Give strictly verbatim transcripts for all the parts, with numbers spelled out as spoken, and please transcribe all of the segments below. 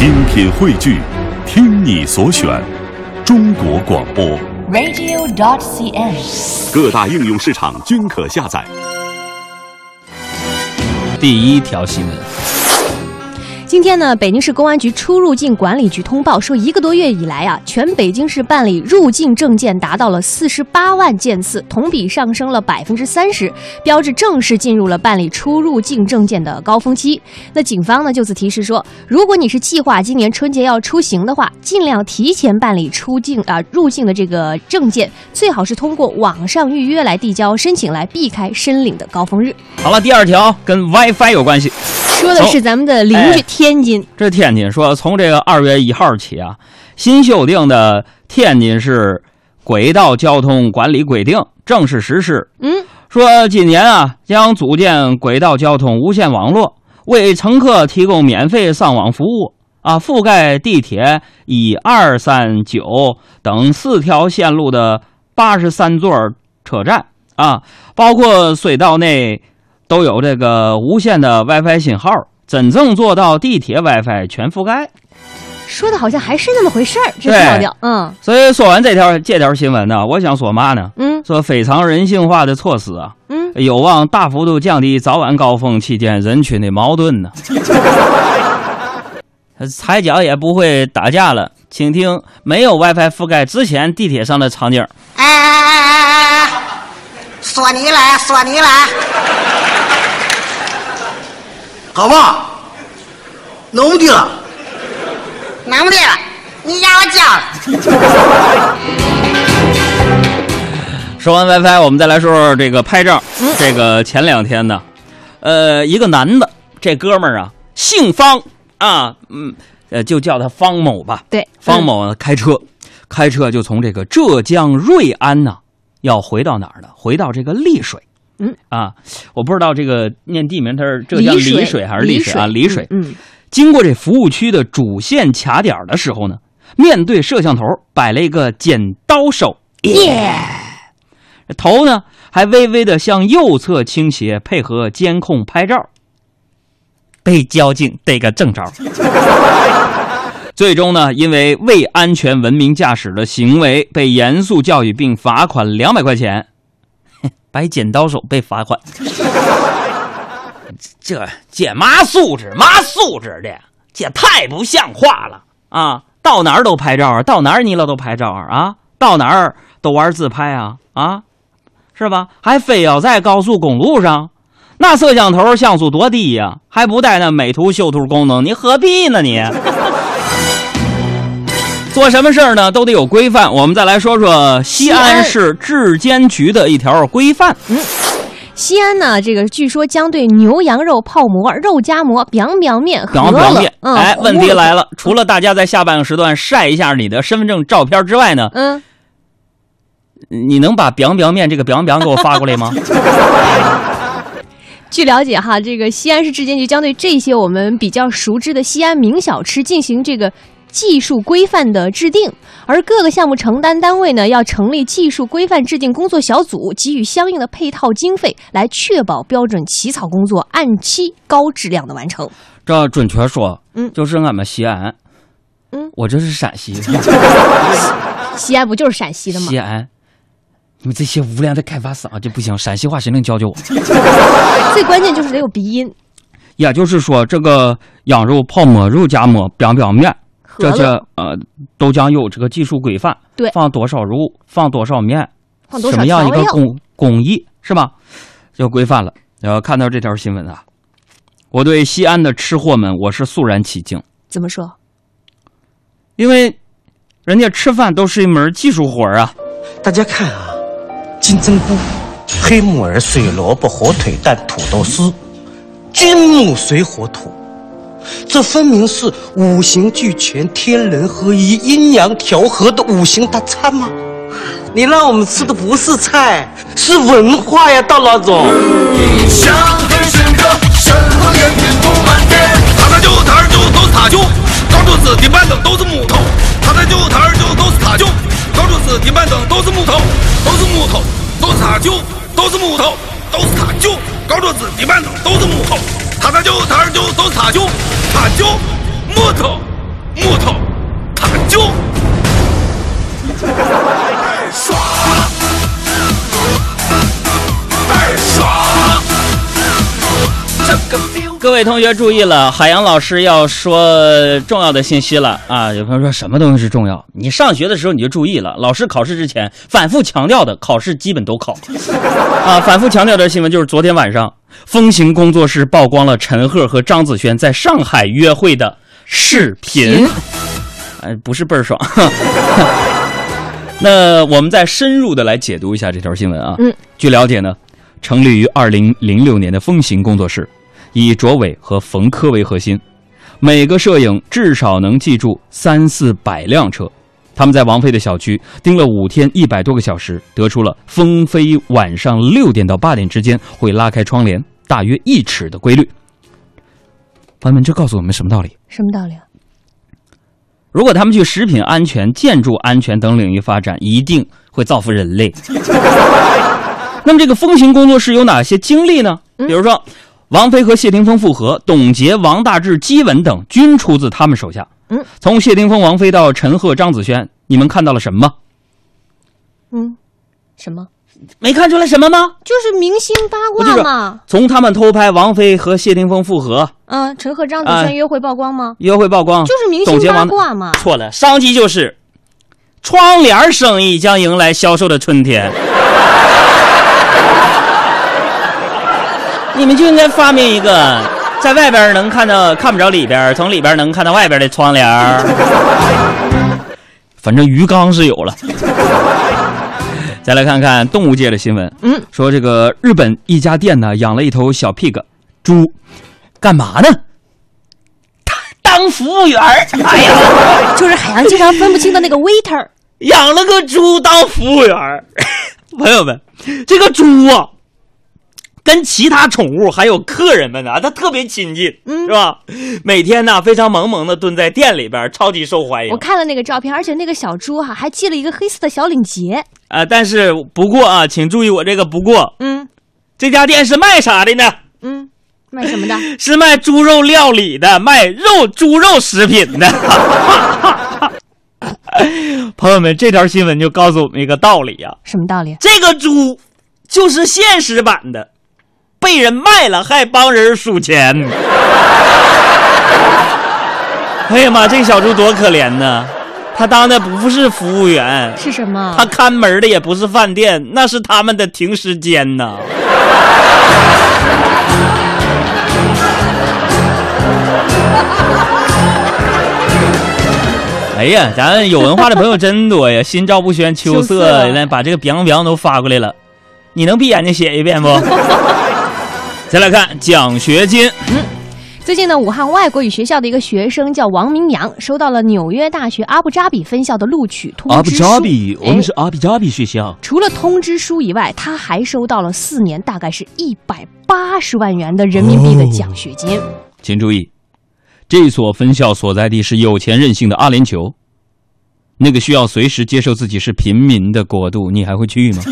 精品汇聚，听你所选，中国广播 radio dot c n， 各大应用市场均可下载。 第一条新闻。 今天呢，北京市公安局出入境管理局通报说，一个多月以来啊，全北京市办理入境证件达到了四十八万件次，同比上升了百分之三十，标志正式进入了办理出入境证件的高峰期。那警方呢就此提示说，如果你是计划今年春节要出行的话，尽量提前办理出境啊、呃、入境的这个证件，最好是通过网上预约来递交申请，来避开申领的高峰日。 好了，第二条跟 WiFi 有关系。 说的是咱们的邻居天津、哎、 这天津说从这个二月一号起啊，新修订的天津市轨道交通管理规定正式实施。 嗯， 说今年啊将组建轨道交通无线网络，为乘客提供免费上网服务啊，覆盖地铁一二三九等四条线路的八十三座车站啊，包括隧道内都有这个无线的 WiFi 信号，真正做到地铁 WiFi 全覆盖。 说的好像还是那么回事儿，这调调。嗯， 所以说完这条这条新闻呢，我想说嘛呢？ 嗯， 说非常人性化的措施啊， 嗯， 有望大幅度降低早晚高峰期间人群的矛盾呢。踩脚也不会打架了，请听没有 WiFi 覆盖之前地铁上的场景。 哎哎哎哎哎！说你来，说你来。 好吧，弄不定了， 弄不定了，你让我叫了。 说完 WiFi， 我们再来说说这个拍照。嗯、这个前两天呢，呃，一个男的，这哥们儿啊，姓方啊，嗯，呃，就叫他方某吧。 对， 方某呢开车，开车就从这个浙江瑞安呢，要回到哪儿呢？回到这个丽水。 嗯啊，我不知道这个念地名，它是浙江丽水还是丽水啊？丽水。 嗯， 经过这服务区的主线卡点的时候呢，面对摄像头摆了一个剪刀手， 耶、 yeah! 头呢还微微的向右侧倾斜，配合监控拍照，被交警逮个正着。最终呢，因为未安全文明驾驶的行为被严肃教育并罚款两百块钱。摆剪刀手被罚款，这这嘛素质嘛素质的，这太不像话了啊！到哪儿都拍照啊，到哪儿你了都拍照啊，到哪儿都玩自拍啊啊，是吧？还非要在高速公路上，那摄像头像素多低呀、啊，还不带那美图修图功能，你何必呢你？做什么事儿呢都得有规范。我们再来说说西安市质监局的一条规范。 嗯，西安呢，这个据说将对牛羊肉泡馍、肉夹馍、biang biang面和了。 biang biang面， 嗯， 哎，问题来了，除了大家在下半个时段晒一下你的身份证照片之外呢， 嗯， 你能把 biang biang 面这个 biang biang 给我发过来吗？ 据了解哈，这个西安市质监局将对这些我们比较熟知的西安名小吃进行这个技术规范的制定，而各个项目承担单位呢，要成立技术规范制定工作小组，给予相应的配套经费，来确保标准起草工作按期高质量的完成。 这准确说， 嗯， 就是俺们西安， 嗯， 我这是陕西的， 西安不就是陕西的吗？ 西安，你们这些无良的开发商这不行，陕西话谁能教教我？ 最关键就是得有鼻音。 也就是说，这个羊肉泡馍、肉夹馍、biang biang面。这些呃都将有这个技术规范， 对， 放多少肉，放多少面， 放多少什么样一个工工艺是吧？就规范了。然后看到这条新闻啊，我对西安的吃货们我是肃然起敬。 怎么说？ 因为人家吃饭都是一门技术活啊。 大家看啊，金针菇、黑木耳、水萝卜、火腿蛋、土豆丝、菌木水火土。这分明是五行俱全、天人合一、阴阳调和的五行大餐吗？你让我们吃的不是菜，是文化呀，大老总。 印象很深刻，生活连天不满天。他那就摊儿就都是塔酒，高桌子、地板凳都是木头。他那就摊儿就都是塔酒，高桌子、地板凳都是木头，都是木头，都是塔酒，都是木头，都是塔酒，高桌子、地板凳都是木头。他那就摊儿就都是塔酒，塔酒，木头。 各位同学注意了，海洋老师要说重要的信息了啊！有朋友说什么东西是重要？你上学的时候你就注意了，老师考试之前反复强调的，考试基本都考啊！反复强调的新闻就是昨天晚上，风行工作室曝光了陈赫和张子萱在上海约会的视频，哎，不是倍儿爽。那我们再深入的来解读一下这条新闻啊。 嗯， 据了解呢，成立于二零零六年的风行工作室，以卓伟和冯轲为核心，每个摄影至少能记住三四百辆车。他们在王菲的小区盯了五天一百多个小时，得出了风飞晚上六点到八点之间会拉开窗帘大约一尺的规律。朋友们，这告诉我们什么道理？ 什么道理啊？ 如果他们去食品安全、建筑安全等领域发展，一定会造福人类。那么这个风行工作室有哪些经历呢？比如说王菲和谢霆锋复合，董洁、王大治、基吻等均出自他们手下。 嗯， 从谢霆锋、王菲到陈赫、张子萱，你们看到了什么？ 嗯，什么？ 没看出来什么吗？ 就是明星八卦嘛。 从他们偷拍王菲和谢霆锋复合， 嗯，陈赫、张子萱约会曝光吗？ 约会曝光就是明星八卦嘛。 错了，上集就是窗帘生意将迎来销售的春天。你们就应该发明一个在外边能看到看不着里边，从里边能看到外边的窗帘。反正鱼缸是有了。再来看看动物界的新闻。 嗯，说这个日本一家店呢养了一头小 pig 猪，干嘛呢？当服务员。哎呀， 就是海洋经常分不清的那个 waiter， 养了个猪当服务员。朋友们，这个猪啊，跟其他宠物还有客人们啊，它特别亲近，嗯，是吧？每天呢非常萌萌的蹲在店里边，超级受欢迎。 我看了那个照片，而且那个小猪哈、啊、还系了一个黑色的小领结。 啊、呃，但是不过啊，请注意我这个不过， 嗯， 这家店是卖啥的呢？ 嗯，卖什么的？ 是卖猪肉料理的，卖肉猪肉食品的。朋友们，这条新闻就告诉我们一个道理啊。 什么道理？ 这个猪就是现实版的，被人卖了还帮人数钱。哎呀妈，这个小猪多可怜呢！他当的不是服务员， 是什么？ 他看门的也不是饭店，那是他们的停尸间呢。哎呀，咱有文化的朋友真多呀！心照不宣，秋色来把这个 biang biang 都发过来了，你能闭眼睛写一遍不？再来看奖学金。 嗯，最近呢，武汉外国语学校的一个学生叫王明阳，收到了纽约大学阿布扎比分校的录取通知书。 阿布扎比，我们是阿布扎比学校。 除了通知书以外，他还收到了四年大概是一百八十万元的人民币的奖学金。哦、 请注意，这所分校所在地是有钱任性的阿联酋，那个需要随时接受自己是平民的国度，你还会去吗？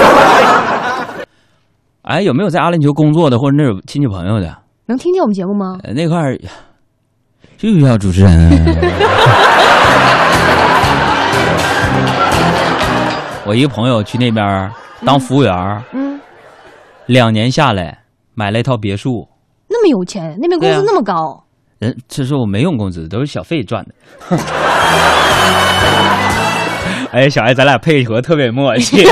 哎，有没有在阿联酋工作的或者那有亲戚朋友的？ 能听见我们节目吗？ 呃、那块儿需不需要主持人、啊？我一个朋友去那边当服务员，嗯，两年下来买了一套别墅。 那么有钱，那边工资那么高。 人这时候我没用工资，都是小费赚的。哎，小艾，咱俩配合特别默契。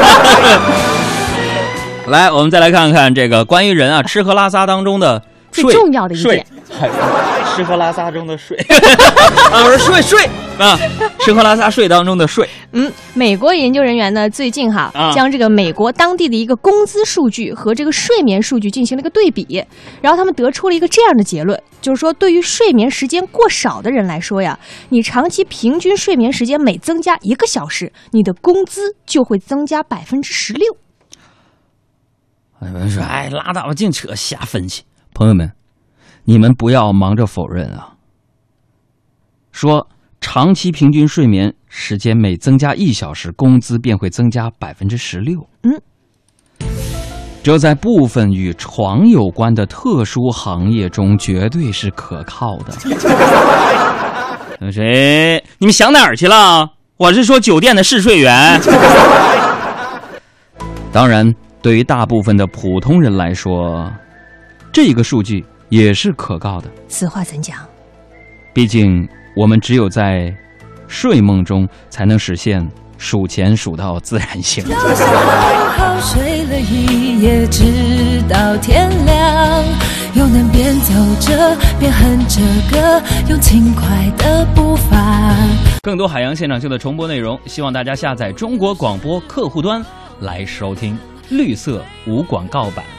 来，我们再来看看这个关于人啊吃喝拉撒当中的最重要的一点， 吃喝拉撒中的睡啊，不是睡睡啊，吃喝拉撒睡当中的睡。 嗯，美国研究人员呢最近哈、啊、将这个美国当地的一个工资数据和这个睡眠数据进行了一个对比，然后他们得出了一个这样的结论，就是说对于睡眠时间过少的人来说呀，你长期平均睡眠时间每增加一个小时，你的工资就会增加百分之十六。 有人说：“哎，拉倒吧，净扯瞎分析。”朋友们，你们不要忙着否认啊。说长期平均睡眠时间每增加一小时，工资便会增加百分之十六。 嗯， 这在部分与床有关的特殊行业中绝对是可靠的。谁？你们想哪儿去了？我是说酒店的试睡员。当然。对于大部分的普通人来说，这个数据也是可靠的。 此话怎讲？ 毕竟我们只有在睡梦中才能实现数钱数到自然醒。 好睡了一夜，直到天亮，又能边走着边哼着歌，用轻快的步伐。 更多海洋现场秀的重播内容，希望大家下载中国广播客户端来收听绿色无广告版。